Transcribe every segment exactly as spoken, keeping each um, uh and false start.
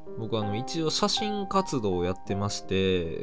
僕はあの一応写真活動をやってまして、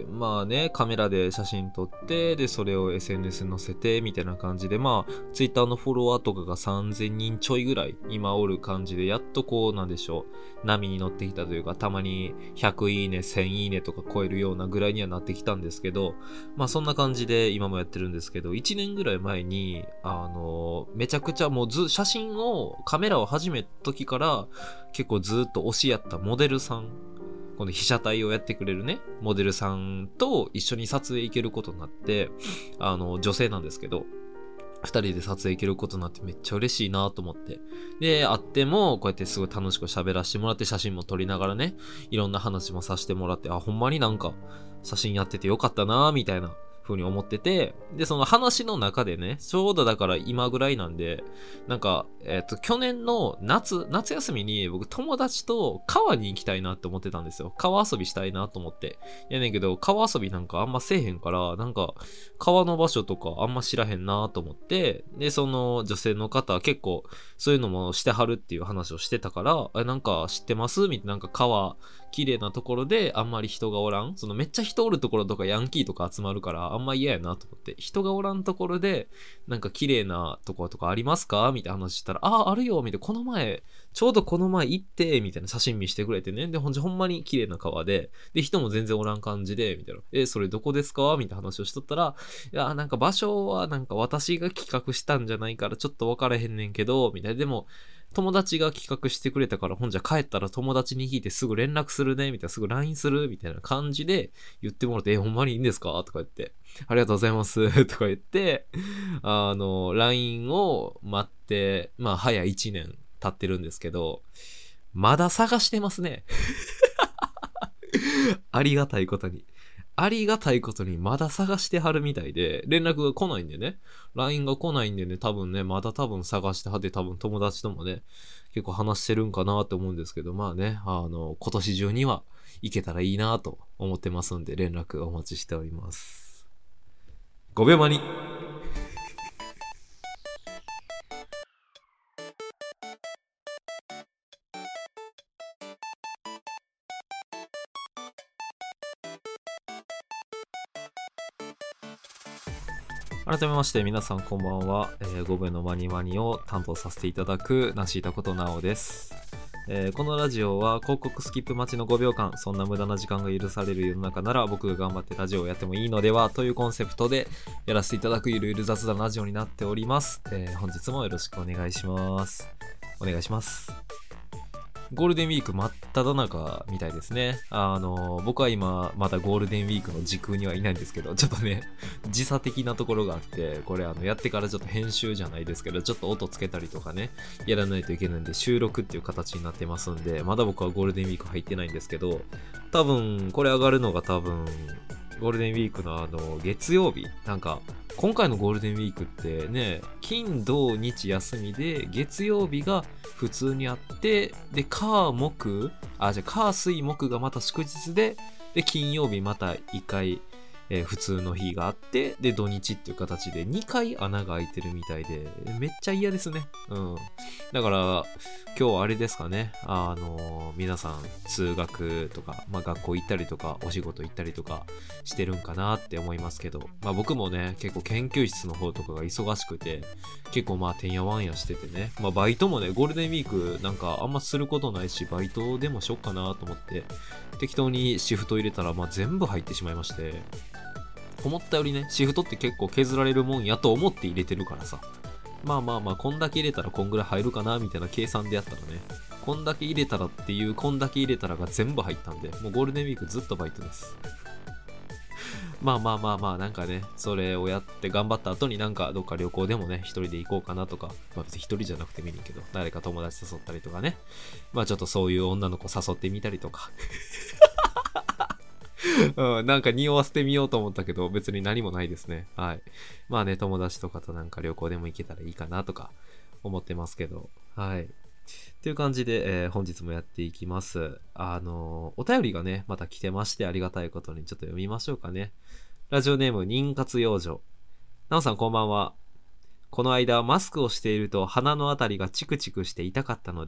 まあね、カメラで写真撮って、で、それを エスエヌエス に載せて、みたいな感じで、まあ、ツイッターのフォロワーとかがさんぜんにんちょいぐらい今おる感じで、やっとこう、なんでしょう、波に乗ってきたというか、たまにひゃくいいね、せんいいねとか超えるようなぐらいにはなってきたんですけど、まあそんな感じで今もやってるんですけど、いちねんぐらい前に、あの、めちゃくちゃもうず、写真を、カメラを始めた時から、結構ずっと推しやったモデルさん、この被写体をやってくれるね、モデルさんと一緒に撮影行けることになって、あの、女性なんですけど、二人で撮影行けることになってめっちゃ嬉しいなと思って。で、会っても、こうやってすごい楽しく喋らせてもらって、写真も撮りながらね、いろんな話もさせてもらって、あ、ほんまになんか、写真やっててよかったなみたいな風に思ってて、で、その話の中でね、ちょうどだから今ぐらいなんで、なんか、えっと、去年の夏、夏休みに僕友達と川に行きたいなって思ってたんですよ。川遊びしたいなと思って。やねんけど、川遊びなんかあんませえへんから、なんか、川の場所とかあんま知らへんなと思って、で、その女性の方は結構そういうのもしてはるっていう話をしてたから、え、なんか知ってますみたいな、なんか川、綺麗なところであんまり人がおらん、そのめっちゃ人おるところとかヤンキーとか集まるからあんま嫌やなと思って、人がおらんところでなんか綺麗なところとかありますかみたいな話したら、ああ、あるよみたいな、この前ちょうどこの前行ってみたいな写真見してくれてね、でほんじほんまに綺麗な川で、で人も全然おらん感じでみたいな、えそれどこですかみたいな話をしとったら、いやなんか場所はなんか私が企画したんじゃないからちょっと分からへんねんけどみたいな、でも友達が企画してくれたから、ほんじゃ帰ったら友達に聞いてすぐ連絡するね、みたいな、すぐ ライン するみたいな感じで言ってもらって、え、ほんまにいいんですかとか言って、ありがとうございますとか言って、あの、ライン を待って、まあ、早いちねん経ってるんですけど、まだ探してますね。ありがたいことに。ありがたいことにまだ探してはるみたいで、連絡が来ないんでね。ライン が来ないんでね、多分ね、まだ多分探してはって、多分友達ともね、結構話してるんかなと思うんですけど、まあね、あの、今年中には行けたらいいなと思ってますんで、連絡お待ちしております。ごびょうまに。改めまして皆さんこんばんは、えー、ごびょうのマニマニを担当させていただくなしいたことなおです。えーこのラジオは広告スキップ待ちのごびょうかん、そんな無駄な時間が許される世の中なら僕が頑張ってラジオをやってもいいのではというコンセプトでやらせていただくゆるゆる雑談ラジオになっております。えー本日もよろしくお願いします。お願いします。ゴールデンウィーク真っ只中みたいですね。あの、僕は今、まだゴールデンウィークの時空にはいないんですけど、ちょっとね、時差的なところがあって、これあの、やってからちょっと編集じゃないですけど、ちょっと音つけたりとかね、やらないといけないんで、収録っていう形になってますんで、まだ僕はゴールデンウィーク入ってないんですけど、多分、これ上がるのが多分、ゴールデンウィークのあの、月曜日、なんか、今回のゴールデンウィークってね、金土日休みで、月曜日が普通にあって、で、火木、あ、じゃあ火水木がまた祝日で、で、金曜日また一回、えー普通の日があって、で、土日っていう形でにかい穴が開いてるみたいで、めっちゃ嫌ですね。うん。だから、今日あれですかね、あのー皆さん通学とか、まあ学校行ったりとか、お仕事行ったりとかしてるんかなって思いますけど、まあ僕もね、結構研究室の方とかが忙しくて、結構まあてんやわんやしててね、まあバイトもね、ゴールデンウィークなんかあんますることないし、バイトでもしよっかなと思って、適当にシフト入れたら、まあ全部入ってしまいまして、思ったよりね、シフトって結構削られるもんやと思って入れてるからさ。まあまあまあ、こんだけ入れたらこんぐらい入るかな、みたいな計算でやったらね、こんだけ入れたらっていう、こんだけ入れたらが全部入ったんで、もうゴールデンウィークずっとバイトです。まあまあまあまあ、なんかね、それをやって頑張った後になんかどっか旅行でもね、一人で行こうかなとか、まあ別に一人じゃなくてもいいけど、誰か友達誘ったりとかね、まあちょっとそういう女の子誘ってみたりとか、うん、なんか匂わせてみようと思ったけど、別に何もないですね。はい。まあね、友達とかとなんか旅行でも行けたらいいかなとか思ってますけど、はい。っていう感じで、えー本日もやっていきます。あのーお便りがね、また来てまして、ありがたいことにちょっと読みましょうかね。ラジオネーム、妊活養女。なおさんこんばんは。この間、マスクをしていると鼻のあたりがチクチクして痛かったので、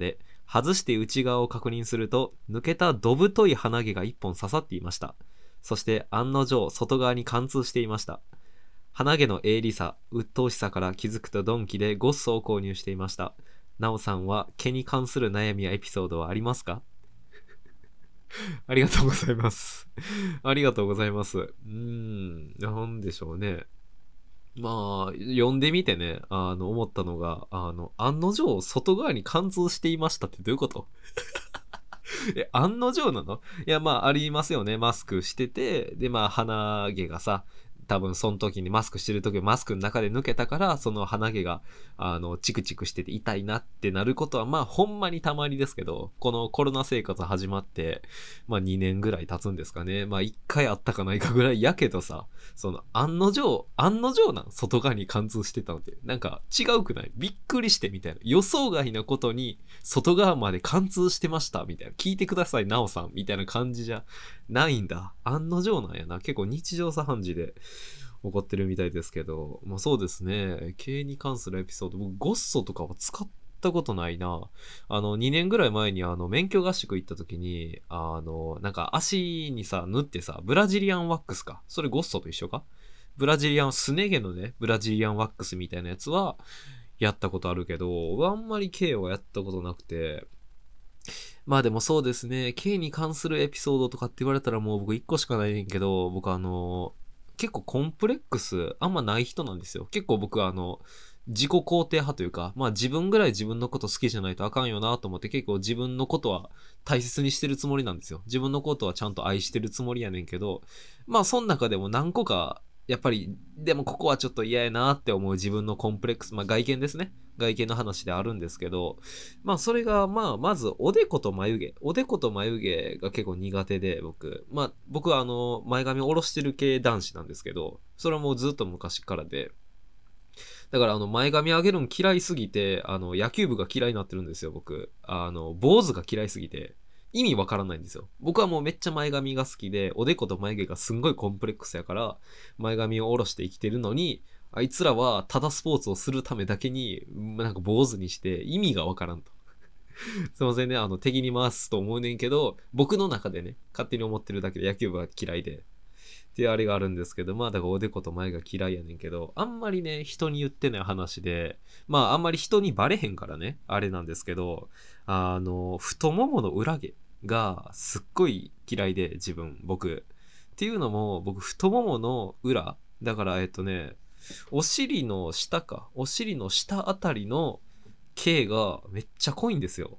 外して内側を確認すると、抜けたどぶとい鼻毛が一本刺さっていました。そして案の定外側に貫通していました。鼻毛の鋭利さ、鬱陶しさから気づくとドンキでゴッソを購入していました。なおさんは毛に関する悩みやエピソードはありますか？ありがとうございます。ありがとうございます。うーん、なんでしょうね。まあ、読んでみてね、あの、思ったのが、あの、案の定、外側に貫通していましたってどういうこと？え、案の定なの？いや、まあ、ありますよね。マスクしてて、で、まあ、鼻毛がさ、多分その時にマスクしてる時マスクの中で抜けたからその鼻毛があのチクチクしてて痛いなってなることはまあほんまにたまにですけど、このコロナ生活始まってまあにねんぐらい経つんですかね。まあいっかいあったかないかぐらいやけどさ、その案の定案の定なん外側に貫通してたのってなんか違うくない？びっくりしてみたいな、予想外なことに外側まで貫通してましたみたいな、聞いてくださいなおさんみたいな感じじゃないんだ。案の定なんやな。結構日常茶飯事で起こってるみたいですけど、まあそうですね。経営に関するエピソード、僕ゴッソとかは使ったことないな。あの、にねんぐらい前にあの、免許合宿行った時に、あの、なんか足にさ、縫ってさ、ブラジリアンワックスか。それゴッソと一緒か？ブラジリアン、すね毛のね、ブラジリアンワックスみたいなやつは、やったことあるけど、あんまり K はやったことなくて、まあでもそうですね、K に関するエピソードとかって言われたらもう僕いっこしかないねんけど、僕あの、結構コンプレックスあんまない人なんですよ。結構僕あの、自己肯定派というか、まあ自分ぐらい自分のこと好きじゃないとあかんよなと思って結構自分のことは大切にしてるつもりなんですよ。自分のことはちゃんと愛してるつもりやねんけど、まあその中でも何個か、やっぱり、でもここはちょっと嫌やなって思う自分のコンプレックス、まあ外見ですね。外見の話であるんですけど、まあそれがまあまずおでこと眉毛おでこと眉毛が結構苦手で、僕まあ僕はあの前髪下ろしてる系男子なんですけど、それはもうずっと昔からで、だからあの前髪上げるの嫌いすぎて、あの野球部が嫌いになってるんですよ。僕あの坊主が嫌いすぎて意味わからないんですよ。僕はもうめっちゃ前髪が好きで、おでこと眉毛がすんごいコンプレックスやから前髪を下ろして生きてるのに、あいつらはただスポーツをするためだけになんか坊主にして意味がわからんと。すいませんね、あの敵に回すと思うねんけど、僕の中でね勝手に思ってるだけで野球部は嫌いでっていうあれがあるんですけど、まあだからおでこと前が嫌いやねんけど、あんまりね人に言ってない話で、まああんまり人にバレへんからねあれなんですけど、あの太ももの裏毛がすっごい嫌いで、自分僕っていうのも、僕太ももの裏だから、えっとねお尻の下かお尻の下あたりの毛がめっちゃ濃いんですよ。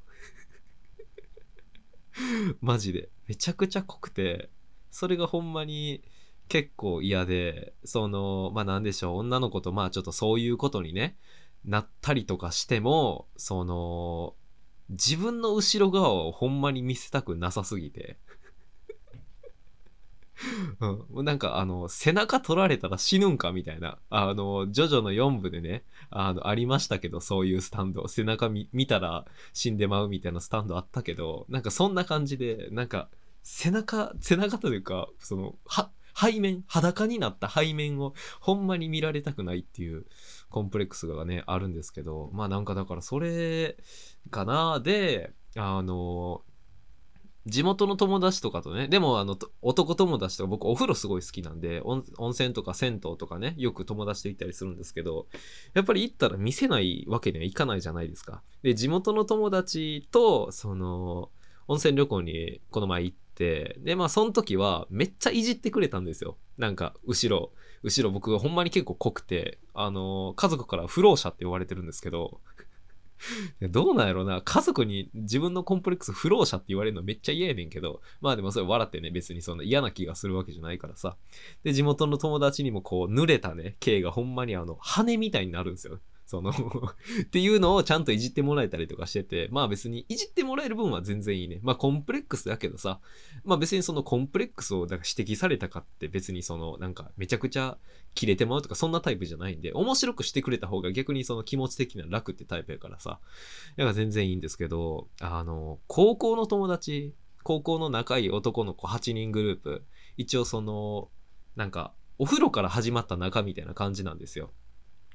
マジでめちゃくちゃ濃くて、それがほんまに結構嫌で、そのまあなんでしょう、女の子とまあちょっとそういうことにねなったりとかしても、その自分の後ろ側をほんまに見せたくなさすぎて、うん、なんかあの背中取られたら死ぬんかみたいな、あのジョジョのよん部でね、あのありましたけど、そういうスタンド背中見見たら死んでまうみたいなスタンドあったけど、なんかそんな感じで、なんか背中背中というか、そのは背面裸になった背面をほんまに見られたくないっていうコンプレックスがねあるんですけど、まあなんかだからそれかな。であの地元の友達とかとね、でもあの男友達とか、僕お風呂すごい好きなんで、温温泉とか銭湯とかねよく友達と行ったりするんですけど、やっぱり行ったら見せないわけにはいかないじゃないですか。で地元の友達とその温泉旅行にこの前行って、でまあその時はめっちゃいじってくれたんですよ。なんか後ろ後ろ僕がほんまに結構濃くて、あの家族から不老者って呼ばれてるんですけど、いやどうなんやろな、家族に自分のコンプレックス不老者って言われるのめっちゃ嫌やねんけど、まあでもそれ笑ってね、別にそんな嫌な気がするわけじゃないからさ。で地元の友達にもこう濡れたね毛がほんまにあの羽みたいになるんですよ。そのっていうのをちゃんといじってもらえたりとかしてて、まあ別にいじってもらえる分は全然いいね。まあコンプレックスだけどさ、まあ別にそのコンプレックスをだから指摘されたかって別にそのなんかめちゃくちゃキレてまうとかそんなタイプじゃないんで、面白くしてくれた方が逆にその気持ち的な楽ってタイプやからさ、だから全然いいんですけど、あの高校の友達高校の仲いい男の子はちにんグループ、一応そのなんかお風呂から始まった仲みたいな感じなんですよ。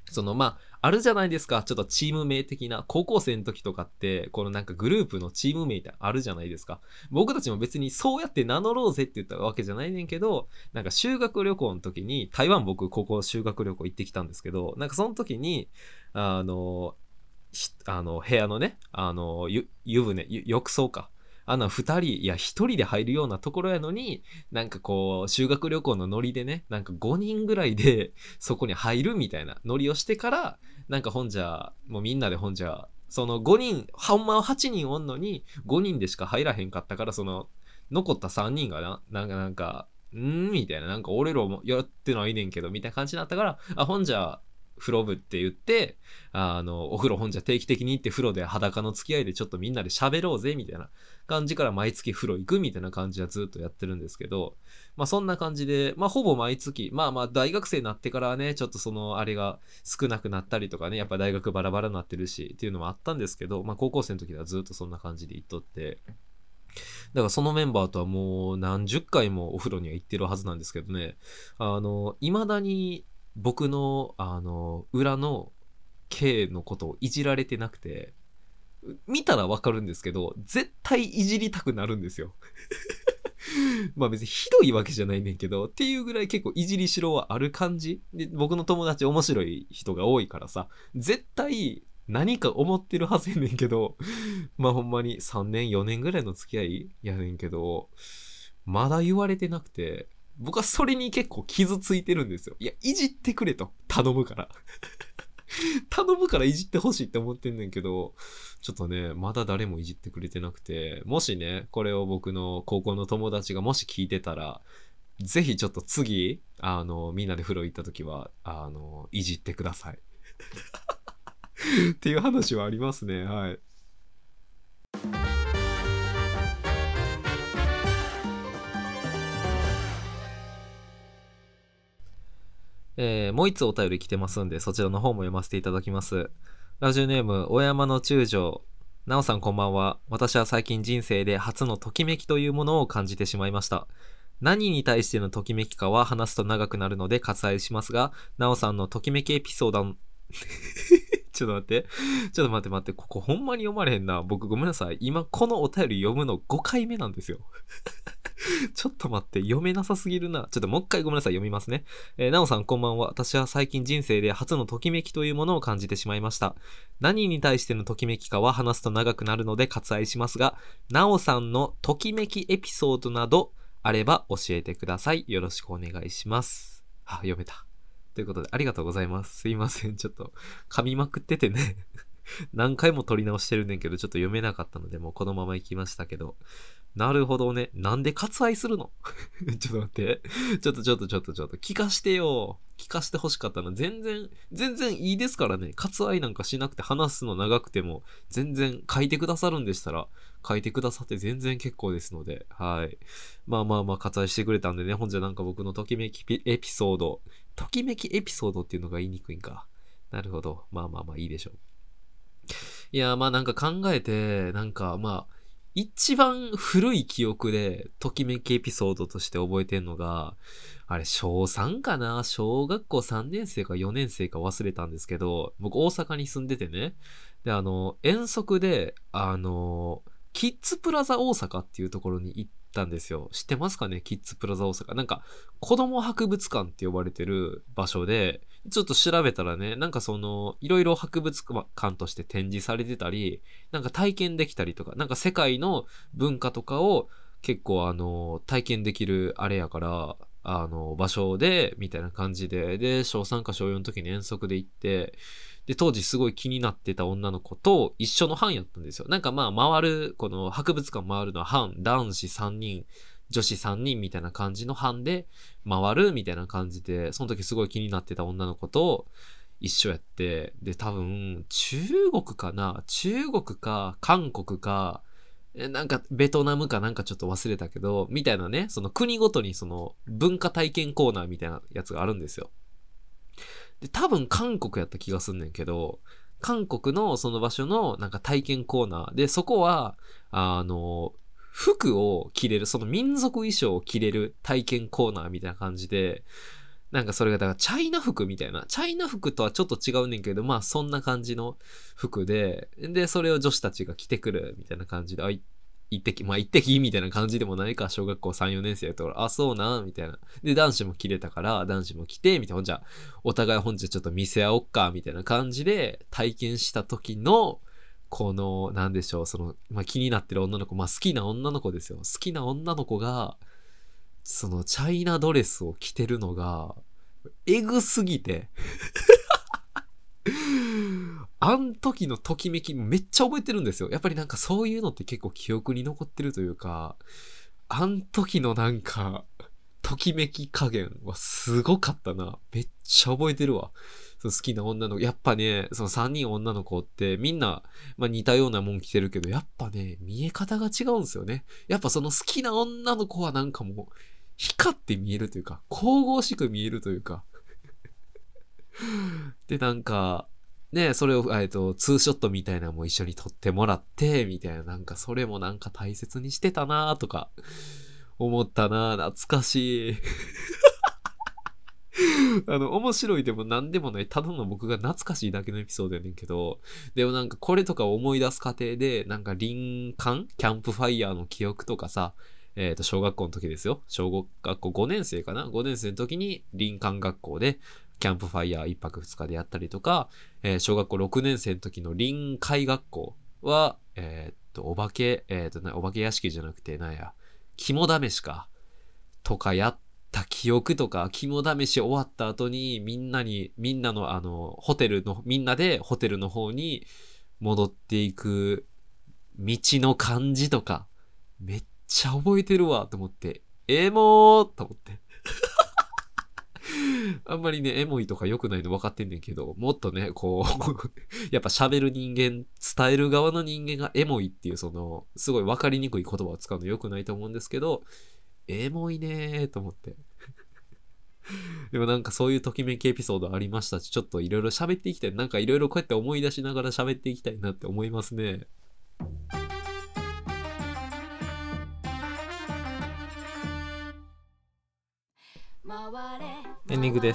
そのまあ、あるじゃないですか。ちょっとチーム名的な。高校生の時とかって、このなんかグループのチーム名ってあるじゃないですか。僕たちも別にそうやって名乗ろうぜって言ったわけじゃないねんけど、なんか修学旅行の時に、台湾僕高校修学旅行行ってきたんですけど、なんかその時に、あの、あの部屋のね、あの湯湯船、浴槽か。あのふたり、いやひとりで入るようなところやのに、なんかこう修学旅行のノリでね、なんかごにんぐらいでそこに入るみたいなノリをしてから、なんかほんじゃもうみんなでほんじゃそのごにん、ほんまははちにんおんのにごにんでしか入らへんかったから、その残ったさんにんがな、なんかなんかんーみたいな、なんか俺らもやってないねんけどみたいな感じになったから、あほんじゃ風呂部って言って、あのお風呂ほんじゃ定期的に行って風呂で裸の付き合いでちょっとみんなで喋ろうぜみたいな感じから毎月風呂行くみたいな感じはずっとやってるんですけど、まあそんな感じで、まあほぼ毎月、まあまあ大学生になってからはね、ちょっとそのあれが少なくなったりとかね、やっぱ大学バラバラになってるしっていうのもあったんですけど、まあ高校生の時はずっとそんな感じで行っとって、だからそのメンバーとはもう何十回もお風呂には行ってるはずなんですけどね、あの、未だに僕の、あの、裏の K のことをいじられてなくて、見たらわかるんですけど、絶対いじりたくなるんですよ。まあ別にひどいわけじゃないねんけど、っていうぐらい結構いじりしろはある感じで、僕の友達面白い人が多いからさ、絶対何か思ってるはずやねんけど、まあほんまにさんねんよねんぐらいの付き合いやねんけど、まだ言われてなくて、僕はそれに結構傷ついてるんですよ。いや、いじってくれと頼むから。頼むからいじってほしいって思ってんねんけど、ちょっとね、まだ誰もいじってくれてなくて、もしね、これを僕の高校の友達がもし聞いてたら、ぜひちょっと次、あの、みんなで風呂行った時は、あの、いじってください。っていう話はありますね。はい。えー、もう一つお便り来てますんで、そちらの方も読ませていただきます。ラジオネーム、大山の中将。なおさんこんばんは。私は最近人生で初のときめきというものを感じてしまいました。何に対してのときめきかは話すと長くなるので割愛しますが、なおさんのときめきエピソードちょっと待って。ちょっと待って待って。ここほんまに読まれへんな。僕ごめんなさい。今このお便り読むのごかいめなんですよ。ちょっと待って。読めなさすぎるな。ちょっともう一回ごめんなさい。読みますね。えー、なおさんこんばんは。私は最近人生で初のときめきというものを感じてしまいました。何に対してのときめきかは話すと長くなるので割愛しますが、なおさんのときめきエピソードなどあれば教えてください。よろしくお願いします。あ、読めた。ということで、ありがとうございます。すいません。ちょっと、噛みまくっててね何回も撮り直してるねんけど、ちょっと読めなかったので、もうこのまま行きましたけど。なるほどね。なんで割愛するのちょっと待って。ちょっとちょっとちょっとちょっと聞かしてよ。聞かしてほしかったな。全然、全然いいですからね。割愛なんかしなくて話すの長くても、全然書いてくださるんでしたら、書いてくださって全然結構ですので、はい。まあまあまあ割愛してくれたんでね、ほんじゃなんか僕のときめきエピソード、ときめきエピソードっていうのが言いにくいんか。なるほど。まあまあまあいいでしょう。いや、まあなんか考えて、なんかまあ、一番古い記憶で、ときめきエピソードとして覚えてんのが、あれ、小さんかな小学校さんねん生かよねん生か忘れたんですけど、僕大阪に住んでてね。で、あの、遠足で、あの、キッズプラザ大阪っていうところに行ったんですよ。知ってますかねキッズプラザ大阪。なんか、子供博物館って呼ばれてる場所で、ちょっと調べたらね、なんかその、いろいろ博物館として展示されてたり、なんか体験できたりとか、なんか世界の文化とかを結構あの、体験できるあれやから、あの、場所で、みたいな感じで、で、小さんか小よんの時に遠足で行って、で、当時すごい気になってた女の子と一緒の班やったんですよ。なんかまあ回る、この博物館回るのは班、男子さんにん、女子さんにんみたいな感じの班で回るみたいな感じで、その時すごい気になってた女の子と一緒やって、で、多分、中国かな中国か韓国か、なんかベトナムかなんかちょっと忘れたけど、みたいなね、その国ごとにその文化体験コーナーみたいなやつがあるんですよ。で、多分韓国やった気がすんねんけど、韓国のその場所のなんか体験コーナーで、そこは、あの、服を着れる、その民族衣装を着れる体験コーナーみたいな感じで、 なんかそれがだからチャイナ服みたいな。チャイナ服とはちょっと違うねんけど、まあそんな感じの服で、で、それを女子たちが着てくるみたいな感じで、あ、い一滴、まあ一滴みたいな感じでもないか、小学校さん、よねん生やったから、あ、そうな、みたいな。で、男子も着れたから、男子も着て、みたいな。ほんじゃ、お互い本日ちょっと見せ合おっか、みたいな感じで体験した時の、この、なんでしょう、その、まあ気になってる女の子、まあ好きな女の子ですよ。好きな女の子が、そのチャイナドレスを着てるのが、えぐすぎて、あん時のときめきめっちゃ覚えてるんですよ。やっぱりなんかそういうのって結構記憶に残ってるというか、あん時のなんか、ときめき加減はすごかったな。めっちゃ覚えてるわ。その好きな女の子。やっぱね、そのさんにん女の子ってみんな、まあ、似たようなもん着てるけど、やっぱね、見え方が違うんですよね。やっぱその好きな女の子はなんかもう、光って見えるというか、神々しく見えるというか。で、なんか、ね、それを、えっと、ツーショットみたいなのも一緒に撮ってもらって、みたいな、なんかそれもなんか大切にしてたなとか、思ったな懐かしい。あの、面白いでも何でもない、ただの僕が懐かしいだけのエピソードやねんけど、でもなんかこれとかを思い出す過程で、なんか林間キャンプファイヤーの記憶とかさ、えっ、と、小学校の時ですよ。小学校ごねん生かな ?ご 年生の時に林間学校でキャンプファイヤーいっぱくふつかでやったりとか、えー小学校ろくねん生の時の臨海学校は、えっ、と、お化け、えっ、と、なお化け屋敷じゃなくて、なんや、肝試しか。とかやった記憶とか、肝試し終わった後に、みんなに、みんなのあの、ホテルの、みんなでホテルの方に戻っていく道の感じとか、めっちゃ覚えてるわ、と思って。エモーと思って。あんまりね、エモいとか良くないの分かってんねんけど、もっとね、こう、やっぱ喋る人間、伝える側の人間がエモいっていう、その、すごい分かりにくい言葉を使うの良くないと思うんですけど、エモいねーと思って。でもなんかそういうときめきエピソードありましたし、ちょっといろいろ喋っていきたい。なんかいろいろこうやって思い出しながら喋っていきたいなって思いますね。エンディングです。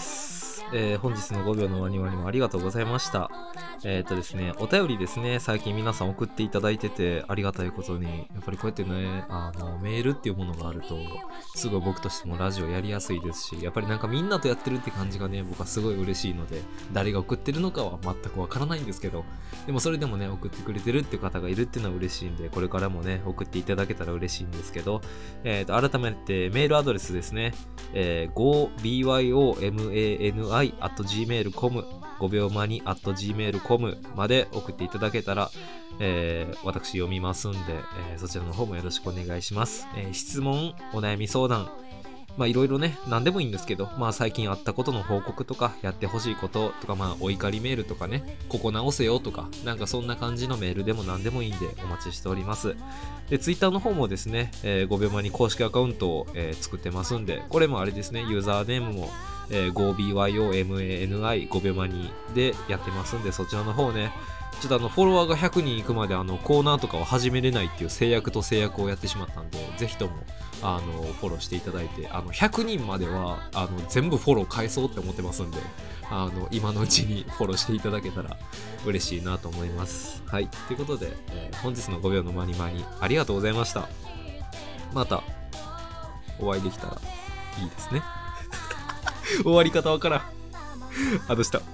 えー本日のごびょうのワニワニもありがとうございました。えっとですね、お便りですね、最近皆さん送っていただいててありがたいことに、やっぱりこうやってね、あの、メールっていうものがあると、すごい僕としてもラジオやりやすいですし、やっぱりなんかみんなとやってるって感じがね、僕はすごい嬉しいので、誰が送ってるのかは全くわからないんですけど、でもそれでもね、送ってくれてるっていう方がいるっていうのは嬉しいんで、これからもね、送っていただけたら嬉しいんですけど、えっと、改めてメールアドレスですね、えー、ごビーワイオーマニ アットジーメールドットコム ごびょうマニ アットジーメールドットコム まで送っていただけたら、えー、私読みますんで、えー、そちらの方もよろしくお願いします。えー、質問、お悩み相談、まあいろいろね、何でもいいんですけど、まあ最近あったことの報告とか、やってほしいこととか、まあお怒りメールとかね、ここ直せよとか、なんかそんな感じのメールでも何でもいいんでお待ちしております。で、ツイッターの方もですね、えー、ごびょうマニ公式アカウントを、えー作ってますんで、これもあれですね、ユーザーネームも、えー、ごビーワイオーマニ ごびょうマニでやってますんで、そちらの方ね、ちょっとあのフォロワーがひゃくにんいくまであのコーナーとかを始めれないっていう制約と制約をやってしまったんで、ぜひともあのフォローしていただいて、あのひゃくにんまではあの全部フォロー返そうって思ってますんで、あの今のうちにフォローしていただけたら嬉しいなと思います。はい、ということで、えー本日のごびょうのマニマニありがとうございました。またお会いできたらいいですね。終わり方わからん。あどうした